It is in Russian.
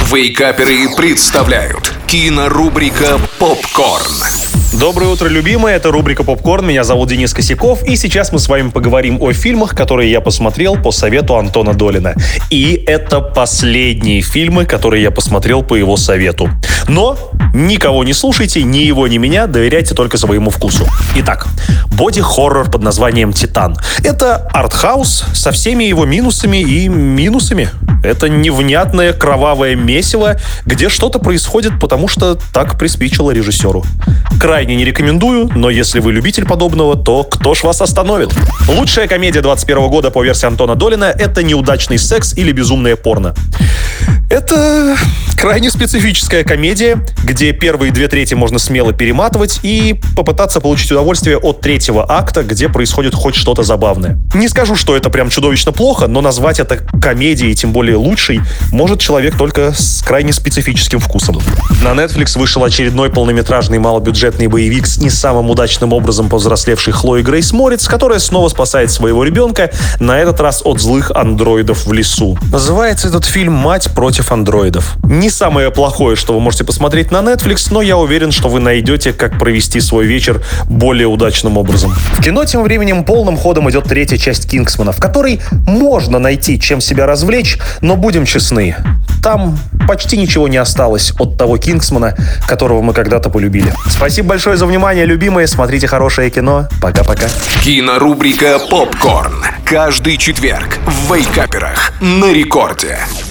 Вейкаперы представляют кинорубрика «Попкорн». Доброе утро, любимые, это рубрика «Попкорн», меня зовут Денис Косяков, и сейчас мы с вами поговорим о фильмах, которые я посмотрел по совету Антона Долина. И это последние фильмы, которые я посмотрел по его совету. Но никого не слушайте, ни его, ни меня, доверяйте только своему вкусу. Итак, боди-хоррор под названием «Титан». Это артхаус со всеми его минусами и минусами. Это невнятное кровавое месиво, где что-то происходит, потому что так приспичило режиссеру. Крайне не рекомендую, но если вы любитель подобного, то кто ж вас остановит? Лучшая комедия 21 года по версии Антона Долина — это «Неудачный секс» или «Безумное порно». Это крайне специфическая комедия, где первые 2/3 можно смело перематывать и попытаться получить удовольствие от третьего акта, где происходит хоть что-то забавное. Не скажу, что это прям чудовищно плохо, но назвать это комедией, тем более лучшей, может человек только с крайне специфическим вкусом. На Netflix вышел очередной полнометражный малобюджетный боевик с не самым удачным образом повзрослевшей Хлоей Грейс Морец, которая снова спасает своего ребенка, на этот раз от злых андроидов в лесу. Называется этот фильм «Мать против андроидов». Не самое плохое, что вы можете посмотреть на Netflix, но я уверен, что вы найдете, как провести свой вечер более удачным образом. В кино тем временем полным ходом идет третья часть «Кингсмана», в которой можно найти, чем себя развлечь, но будем честны, там почти ничего не осталось от того «Кингсмана», которого мы когда-то полюбили. Спасибо большое за внимание, любимые. Смотрите хорошее кино. Пока-пока. Кинорубрика «Попкорн». Каждый четверг в Вейкаперах на рекорде.